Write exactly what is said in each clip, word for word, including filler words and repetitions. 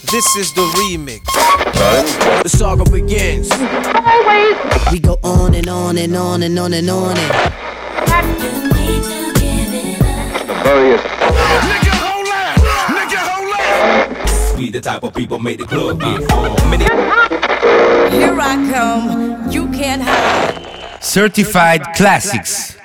This is the remix. The saga begins. We go on and on and on and on and on and Various. Nigga, hold up! Nigga, hold up! We the type of people make the club get full. Many- Here I come, you can't hide. Certified Classics.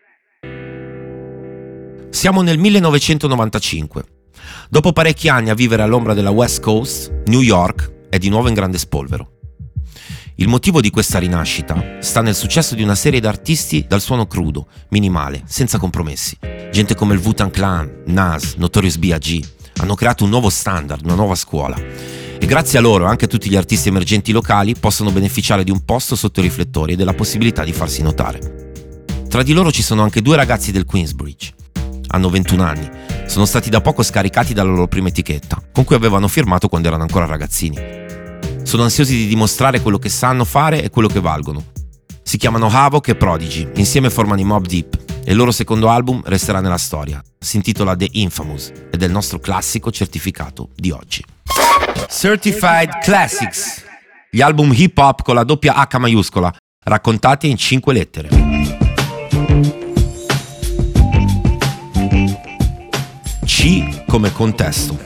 Siamo nel millenovecentonovantacinque. Dopo parecchi anni a vivere all'ombra della West Coast, New York è di nuovo in grande spolvero. Il motivo di questa rinascita sta nel successo di una serie di artisti dal suono crudo, minimale, senza compromessi. Gente come il Wu-Tang Clan, Nas, Notorious B I G hanno creato un nuovo standard, una nuova scuola. E grazie a loro anche tutti gli artisti emergenti locali possono beneficiare di un posto sotto i riflettori e della possibilità di farsi notare. Tra di loro ci sono anche due ragazzi del Queensbridge. Hanno ventuno anni, sono stati da poco scaricati dalla loro prima etichetta, con cui avevano firmato quando erano ancora ragazzini. Sono ansiosi di dimostrare quello che sanno fare e quello che valgono. Si chiamano Havoc e Prodigy, insieme formano i Mobb Deep, e il loro secondo album resterà nella storia. Si intitola The Infamous ed è il nostro classico certificato di oggi. Certified Classics, gli album hip hop con la doppia H maiuscola, raccontati in cinque lettere. C come contesto.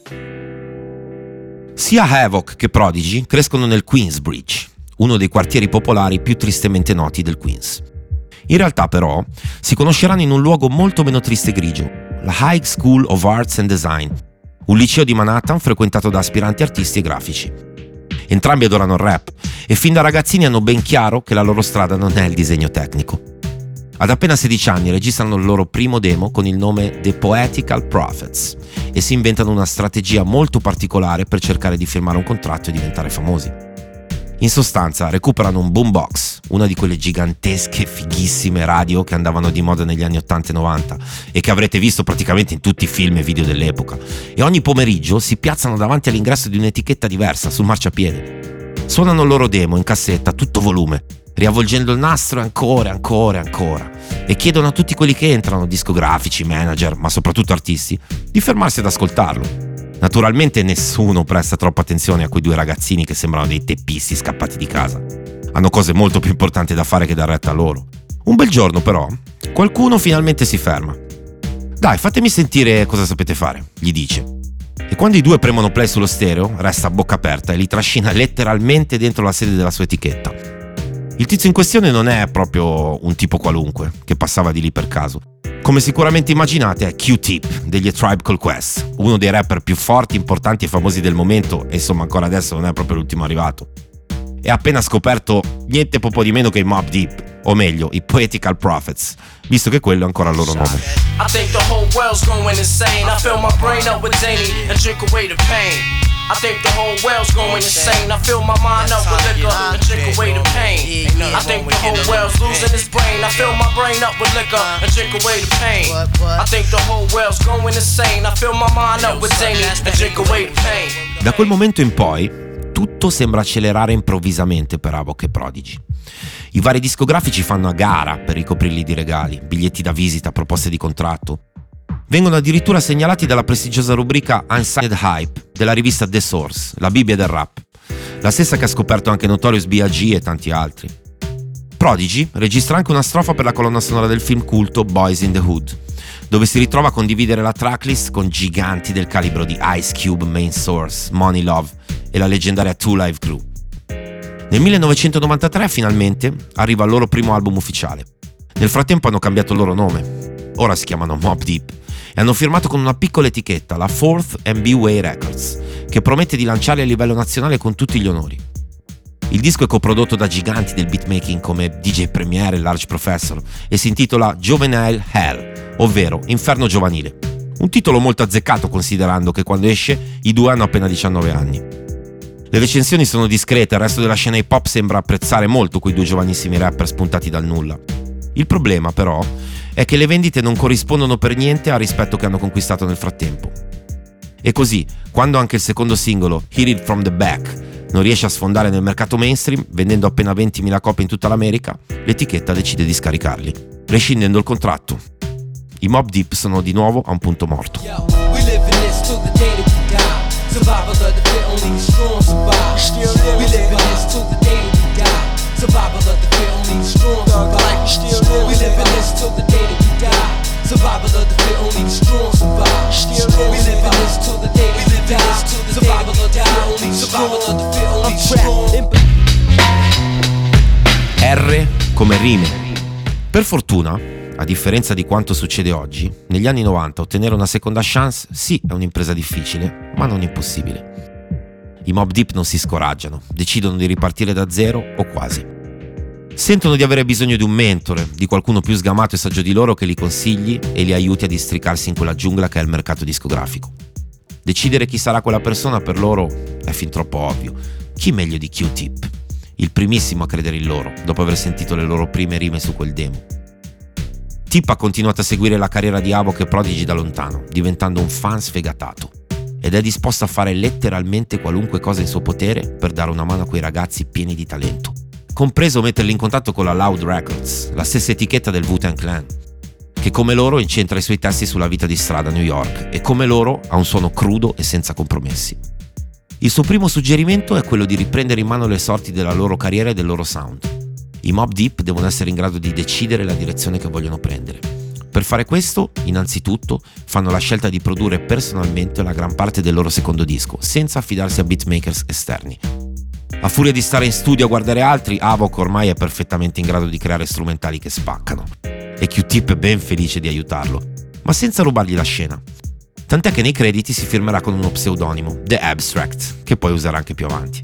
Sia Havoc che Prodigy crescono nel Queensbridge, uno dei quartieri popolari più tristemente noti del Queens. In realtà però si conosceranno in un luogo molto meno triste e grigio, la High School of Arts and Design, un liceo di Manhattan frequentato da aspiranti artisti e grafici. Entrambi adorano il rap e fin da ragazzini hanno ben chiaro che la loro strada non è il disegno tecnico. Ad appena sedici anni registrano il loro primo demo con il nome The Poetical Prophets e si inventano una strategia molto particolare per cercare di firmare un contratto e diventare famosi. In sostanza recuperano un boombox, una di quelle gigantesche fighissime radio che andavano di moda negli anni ottanta e novanta e che avrete visto praticamente in tutti i film e video dell'epoca, e ogni pomeriggio si piazzano davanti all'ingresso di un'etichetta diversa sul marciapiede. Suonano il loro demo in cassetta a tutto volume, riavvolgendo il nastro ancora e ancora e ancora, e chiedono a tutti quelli che entrano, discografici, manager, ma soprattutto artisti, di fermarsi ad ascoltarlo. Naturalmente nessuno presta troppa attenzione a quei due ragazzini che sembrano dei teppisti scappati di casa. Hanno cose molto più importanti da fare che dar retta a loro. Un bel giorno però, qualcuno finalmente si ferma. «Dai, fatemi sentire cosa sapete fare», gli dice. E quando i due premono play sullo stereo, resta a bocca aperta e li trascina letteralmente dentro la sede della sua etichetta. Il tizio in questione non è proprio un tipo qualunque, che passava di lì per caso. Come sicuramente immaginate è Q-Tip degli A Tribe Called Quest, uno dei rapper più forti, importanti e famosi del momento, e insomma ancora adesso non è proprio l'ultimo arrivato. E ha appena scoperto niente poco di meno che i Mobb Deep, o meglio, i Poetical Prophets, visto che quello è ancora il loro nome. I think the whole world's going insane. I fill my brain up with zany and drink away the pain. I think the whole world's going insane. I fill my mind up with liquor and drink away the pain. I think the whole world's losing its brain. I fill my brain up with liquor and drink away the pain. I think the whole world's going insane. I fill my mind up with zany and drink away the pain. Da quel momento in poi tutto sembra accelerare improvvisamente per Havoc e Prodigy. I vari discografici fanno a gara per ricoprirli di regali, biglietti da visita, proposte di contratto. Vengono addirittura segnalati dalla prestigiosa rubrica Unsigned Hype della rivista The Source, la Bibbia del rap, la stessa che ha scoperto anche Notorious B I G e tanti altri. Prodigy registra anche una strofa per la colonna sonora del film culto Boys in the Hood, dove si ritrova a condividere la tracklist con giganti del calibro di Ice Cube, Main Source, Money Love e la leggendaria Two Live Crew. Nel millenovecentonovantatré finalmente arriva il loro primo album ufficiale. Nel frattempo hanno cambiato il loro nome, ora si chiamano Mobb Deep, e hanno firmato con una piccola etichetta, la Fourth and B-Way Records, che promette di lanciarli a livello nazionale con tutti gli onori. Il disco è coprodotto da giganti del beatmaking come D J Premier e Large Professor e si intitola Juvenile Hell, ovvero Inferno giovanile. Un titolo molto azzeccato considerando che quando esce i due hanno appena diciannove anni. Le recensioni sono discrete, il resto della scena hip hop sembra apprezzare molto quei due giovanissimi rapper spuntati dal nulla. Il problema però è che le vendite non corrispondono per niente al rispetto che hanno conquistato nel frattempo. E così, quando anche il secondo singolo, Hit It From The Back, non riesce a sfondare nel mercato mainstream, vendendo appena ventimila copie in tutta l'America, l'etichetta decide di scaricarli, rescindendo il contratto. I Mobb Deep sono di nuovo a un punto morto. Yo, we live in this till the day that we die. Survival of the the fit, only the strong survive. We live in this till the day that we die. Survival of the fit, only the strong survive. We live in this till the day that we die. Survival of the fit, only the strong survive. We live in this till the day that we die. Survival of the fit, only the strong. Survival of the fit, only the strong. R come rime. Per fortuna, a differenza di quanto succede oggi, negli anni novanta ottenere una seconda chance sì è un'impresa difficile, ma non impossibile. I Mobb Deep non si scoraggiano, decidono di ripartire da zero o quasi. Sentono di avere bisogno di un mentore, di qualcuno più sgamato e saggio di loro che li consigli e li aiuti a districarsi in quella giungla che è il mercato discografico. Decidere chi sarà quella persona per loro è fin troppo ovvio. Chi meglio di Q-Tip? Il primissimo a credere in loro, dopo aver sentito le loro prime rime su quel demo. Tip ha continuato a seguire la carriera di Havoc e Prodigy da lontano, diventando un fan sfegatato. Ed è disposto a fare letteralmente qualunque cosa in suo potere per dare una mano a quei ragazzi pieni di talento. Compreso metterli in contatto con la Loud Records, la stessa etichetta del Wu-Tang Clan, che come loro incentra i suoi testi sulla vita di strada a New York e come loro ha un suono crudo e senza compromessi. Il suo primo suggerimento è quello di riprendere in mano le sorti della loro carriera e del loro sound. I Mobb Deep devono essere in grado di decidere la direzione che vogliono prendere. Per fare questo, innanzitutto, fanno la scelta di produrre personalmente la gran parte del loro secondo disco, senza affidarsi a beatmakers esterni. A furia di stare in studio a guardare altri, Havoc ormai è perfettamente in grado di creare strumentali che spaccano. E Q-Tip è ben felice di aiutarlo, ma senza rubargli la scena. Tant'è che nei crediti si firmerà con uno pseudonimo, The Abstract, che poi userà anche più avanti.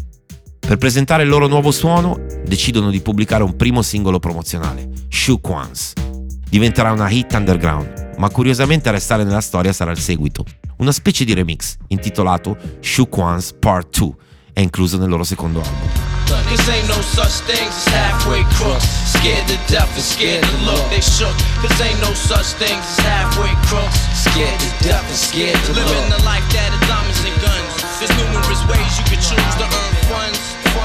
Per presentare il loro nuovo suono, decidono di pubblicare un primo singolo promozionale, Shook Ones. Diventerà una hit underground, ma curiosamente a restare nella storia sarà il seguito, una specie di remix, intitolato Shook Ones Part due, è incluso nel loro secondo album. Cause ain't no such things as halfway crooks. Scared to death and scared to look, they shook. Cause ain't no such things as halfway crooks. Scared to death and scared to look. Living the life that is diamonds and guns. There's numerous ways you can choose to earn funds.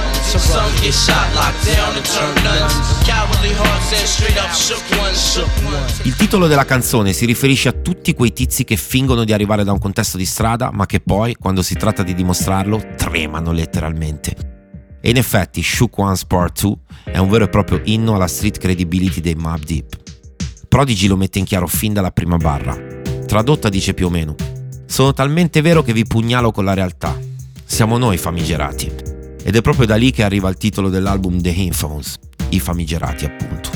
Some get shot, locked down and turn nuns. Cowardly hearts and straight up shook ones, shook ones. Il titolo della canzone si riferisce a tutti quei tizi che fingono di arrivare da un contesto di strada, ma che poi, quando si tratta di dimostrarlo, tremano letteralmente. E in effetti Shook Ones Part due è un vero e proprio inno alla street credibility dei Mobb Deep. Prodigy lo mette in chiaro fin dalla prima barra. Tradotta dice più o meno: sono talmente vero che vi pugnalo con la realtà. Siamo noi famigerati. Ed è proprio da lì che arriva il titolo dell'album The Infamous, i famigerati appunto.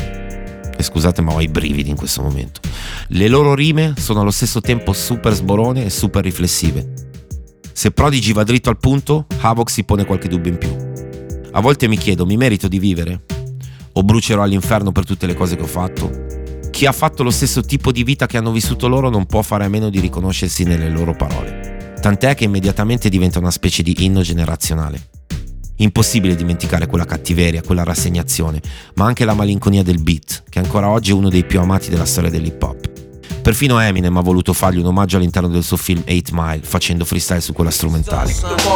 E scusate ma ho i brividi in questo momento. Le loro rime sono allo stesso tempo super sborone e super riflessive. Se Prodigy va dritto al punto, Havoc si pone qualche dubbio in più. A volte mi chiedo, mi merito di vivere? O brucerò all'inferno per tutte le cose che ho fatto? Chi ha fatto lo stesso tipo di vita che hanno vissuto loro non può fare a meno di riconoscersi nelle loro parole. Tant'è che immediatamente diventa una specie di inno generazionale. Impossibile dimenticare quella cattiveria, quella rassegnazione, ma anche la malinconia del beat, che ancora oggi è uno dei più amati della storia dell'hip hop. Perfino Eminem ha voluto fargli un omaggio all'interno del suo film eight mile, facendo freestyle su quella strumentale.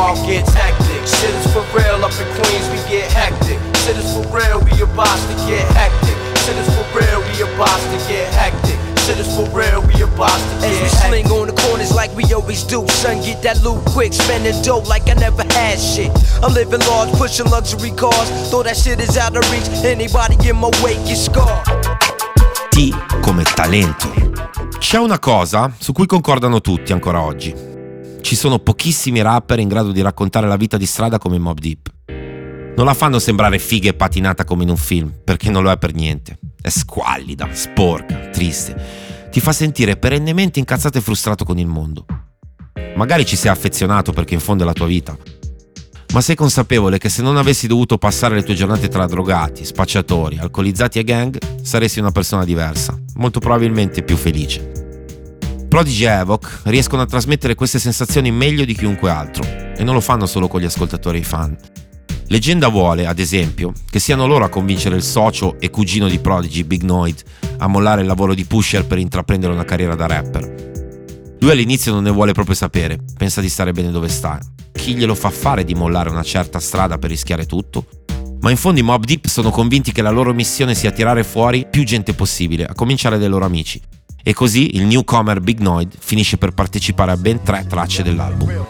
Shit is for real, we about to get As we sling on the corners like we always do. Son, get that loot quick, spending dough like I never had shit. I'm living large, pushing luxury cars. Though that shit is out of reach, anybody in my way get scarred. T come talento. C'è una cosa su cui concordano tutti ancora oggi. Ci sono pochissimi rapper in grado di raccontare la vita di strada come Mobb Deep. Non la fanno sembrare figa e patinata come in un film, perché non lo è per niente. È squallida, sporca, triste. Ti fa sentire perennemente incazzato e frustrato con il mondo. Magari ci sei affezionato perché in fondo è la tua vita, ma sei consapevole che se non avessi dovuto passare le tue giornate tra drogati, spacciatori, alcolizzati e gang, saresti una persona diversa, molto probabilmente più felice. Prodigy e Havoc riescono a trasmettere queste sensazioni meglio di chiunque altro, e non lo fanno solo con gli ascoltatori e i fan. Leggenda vuole, ad esempio, che siano loro a convincere il socio e cugino di Prodigy, Big Noyd, a mollare il lavoro di Pusher per intraprendere una carriera da rapper. Lui all'inizio non ne vuole proprio sapere, pensa di stare bene dove sta. Chi glielo fa fare di mollare una certa strada per rischiare tutto? Ma in fondo i Mobb Deep sono convinti che la loro missione sia tirare fuori più gente possibile, a cominciare dai loro amici. E così il newcomer Big Noyd finisce per partecipare a ben tre tracce dell'album.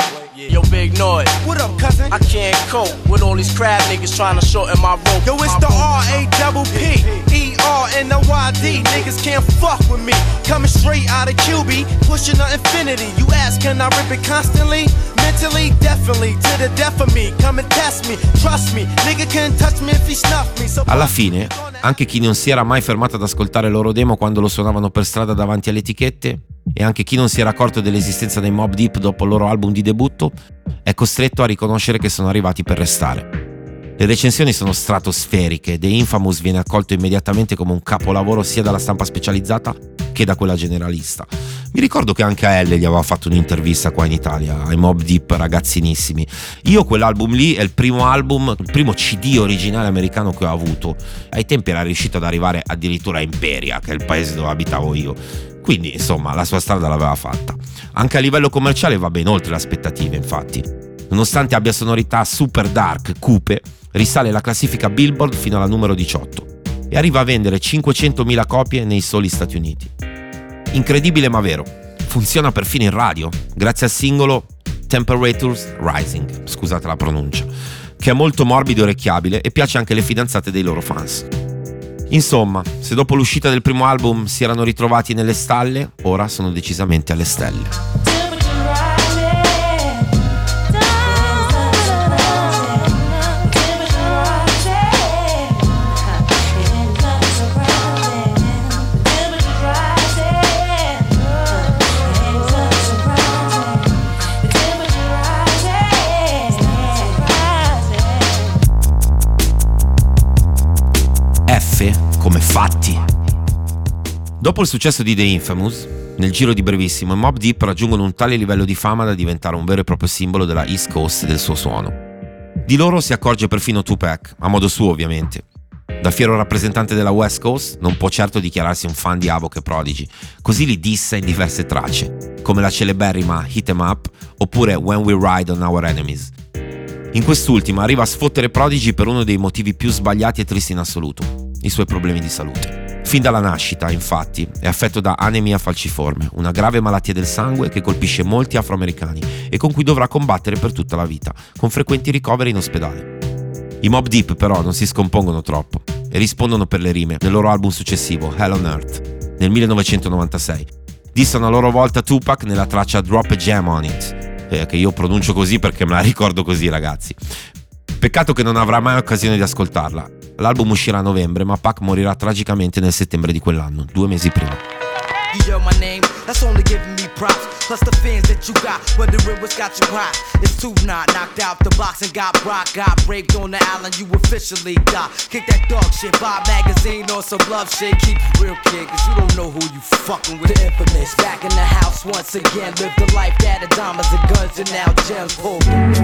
Yo, big noise. What up, cousin? I can't cope with all these crab niggas trying to shorten my rope. Yo, it's the R A double P E R N O Y D. Niggas can't fuck with me. Coming straight out of Q B, pushing the infinity. You ask, can I rip it constantly? Mentally, definitely, to the death of me. Come and test me, trust me. Nigga can't touch me if he snuff me. So alla fine, anche chi non si era mai fermato ad ascoltare il loro demo quando lo suonavano per strada davanti alle etichette, e anche chi non si era accorto dell'esistenza dei Mobb Deep dopo il loro album di debutto, è costretto a riconoscere che sono arrivati per restare. Le recensioni sono stratosferiche. The Infamous viene accolto immediatamente come un capolavoro sia dalla stampa specializzata che da quella generalista. Mi ricordo che anche a Elle gli aveva fatto un'intervista qua in Italia, ai Mobb Deep ragazzinissimi. Io quell'album lì è il primo album, il primo C D originale americano che ho avuto. Ai tempi era riuscito ad arrivare addirittura a Imperia, che è il paese dove abitavo io. Quindi, insomma, la sua strada l'aveva fatta. Anche a livello commerciale va ben oltre le aspettative, infatti. Nonostante abbia sonorità super dark, cupe, risale la classifica Billboard fino alla numero diciotto e arriva a vendere cinquecentomila copie nei soli Stati Uniti. Incredibile ma vero, funziona perfino in radio, grazie al singolo Temperatures Rising, scusate la pronuncia, che è molto morbido e orecchiabile e piace anche alle fidanzate dei loro fans. Insomma, se dopo l'uscita del primo album si erano ritrovati nelle stalle, ora sono decisamente alle stelle. Come fatti. Dopo il successo di The Infamous, nel giro di brevissimo i Mobb Deep raggiungono un tale livello di fama da diventare un vero e proprio simbolo della East Coast e del suo suono. Di loro si accorge perfino Tupac, a modo suo ovviamente. Da fiero rappresentante della West Coast non può certo dichiararsi un fan di Havoc e Prodigy, così li dissa in diverse tracce, come la celeberrima Hit 'em Up oppure When We Ride on Our Enemies. In quest'ultima arriva a sfottere Prodigy per uno dei motivi più sbagliati e tristi in assoluto: i suoi problemi di salute. Fin dalla nascita, infatti, è affetto da anemia falciforme, una grave malattia del sangue che colpisce molti afroamericani e con cui dovrà combattere per tutta la vita, con frequenti ricoveri in ospedale. I Mobb Deep però non si scompongono troppo e rispondono per le rime nel loro album successivo, Hell on Earth, nel millenovecentonovantasei. Dissano a loro volta Tupac nella traccia Drop a Jam on It, eh, che io pronuncio così perché me la ricordo così, ragazzi. Peccato che non avrà mai occasione di ascoltarla. L'album uscirà a novembre, ma Pac morirà tragicamente nel settembre di quell'anno, due mesi prima. You yell my name, that's only giving me props. Plus the fans that you got, whether it was got you hot. It's two not knocked out the box and got rock. Got raped on the island, you officially got. Kick that dog shit, Vibe magazine on some love shit. Keep it real, kid, cause you don't know who you fucking with. The infamous, back in the house once again. Live the life that of diamonds and guns and now gems pulled.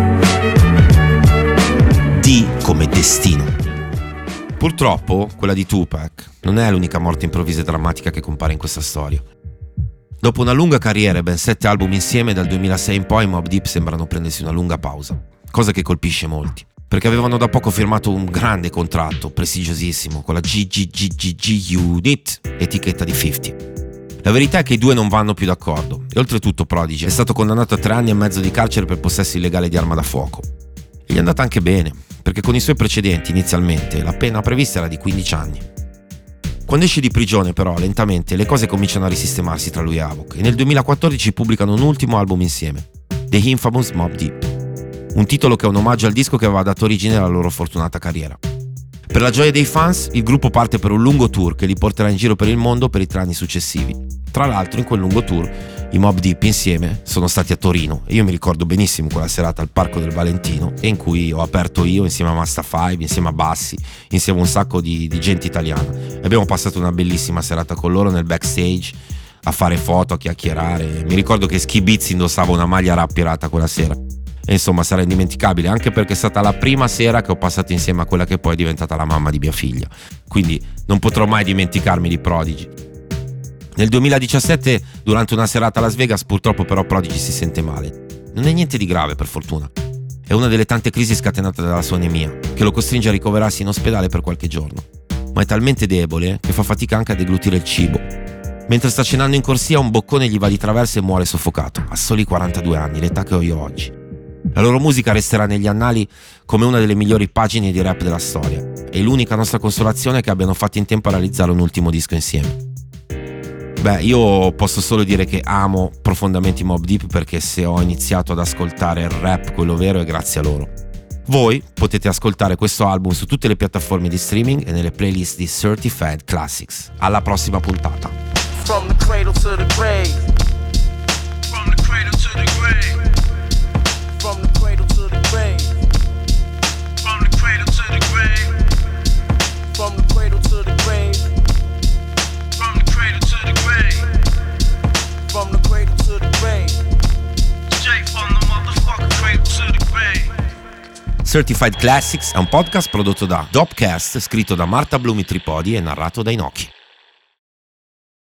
D come destino. Purtroppo, quella di Tupac non è l'unica morte improvvisa e drammatica che compare in questa storia. Dopo una lunga carriera e ben sette album insieme, dal duemilasei in poi i Mobb Deep sembrano prendersi una lunga pausa, cosa che colpisce molti, perché avevano da poco firmato un grande contratto, prestigiosissimo, con la G G G G G Unit, etichetta di cinquanta. La verità è che i due non vanno più d'accordo, e oltretutto Prodigy è stato condannato a tre anni e mezzo di carcere per possesso illegale di arma da fuoco. E gli è andata anche bene, perché con i suoi precedenti inizialmente la pena prevista era di quindici anni. Quando esce di prigione però lentamente le cose cominciano a risistemarsi tra lui e Havoc e nel duemilaquattordici pubblicano un ultimo album insieme, The Infamous Mobb Deep, un titolo che è un omaggio al disco che aveva dato origine alla loro fortunata carriera. Per la gioia dei fans il gruppo parte per un lungo tour che li porterà in giro per il mondo per i tre anni successivi. Tra l'altro in quel lungo tour i Mobb Deep insieme sono stati a Torino e io mi ricordo benissimo quella serata al Parco del Valentino, e in cui ho aperto io insieme a Masta Five, insieme a Bassi, insieme a un sacco di, di gente italiana, e abbiamo passato una bellissima serata con loro nel backstage a fare foto, a chiacchierare. Mi ricordo che Ski Beats indossava una maglia rap pirata quella sera e insomma sarà indimenticabile, anche perché è stata la prima sera che ho passato insieme a quella che poi è diventata la mamma di mia figlia, quindi non potrò mai dimenticarmi di Prodigy. Nel duemiladiciassette, durante una serata a Las Vegas, purtroppo però Prodigy si sente male. Non è niente di grave, per fortuna. È una delle tante crisi scatenate dalla sua anemia, che lo costringe a ricoverarsi in ospedale per qualche giorno. Ma è talmente debole che fa fatica anche a deglutire il cibo. Mentre sta cenando in corsia, un boccone gli va di traverso e muore soffocato, a soli quarantadue anni, l'età che ho io oggi. La loro musica resterà negli annali come una delle migliori pagine di rap della storia, e l'unica nostra consolazione è che abbiano fatto in tempo a realizzare un ultimo disco insieme. Beh, io posso solo dire che amo profondamente i Mobb Deep, perché se ho iniziato ad ascoltare il rap, quello vero, è grazie a loro. Voi potete ascoltare questo album su tutte le piattaforme di streaming e nelle playlist di Certified Classics. Alla prossima puntata. From the cradle to the grave. From the cradle to the grave. From the cradle to the grave. From the cradle to the grave. From the cradle to the grave. From the cradle to the grave. From the cradle to the grave. Straight from the motherfucking cradle to the grave. Certified Classics è un podcast prodotto da Dopcast, scritto da Marta Blumi Tripodi e narrato da Inoki.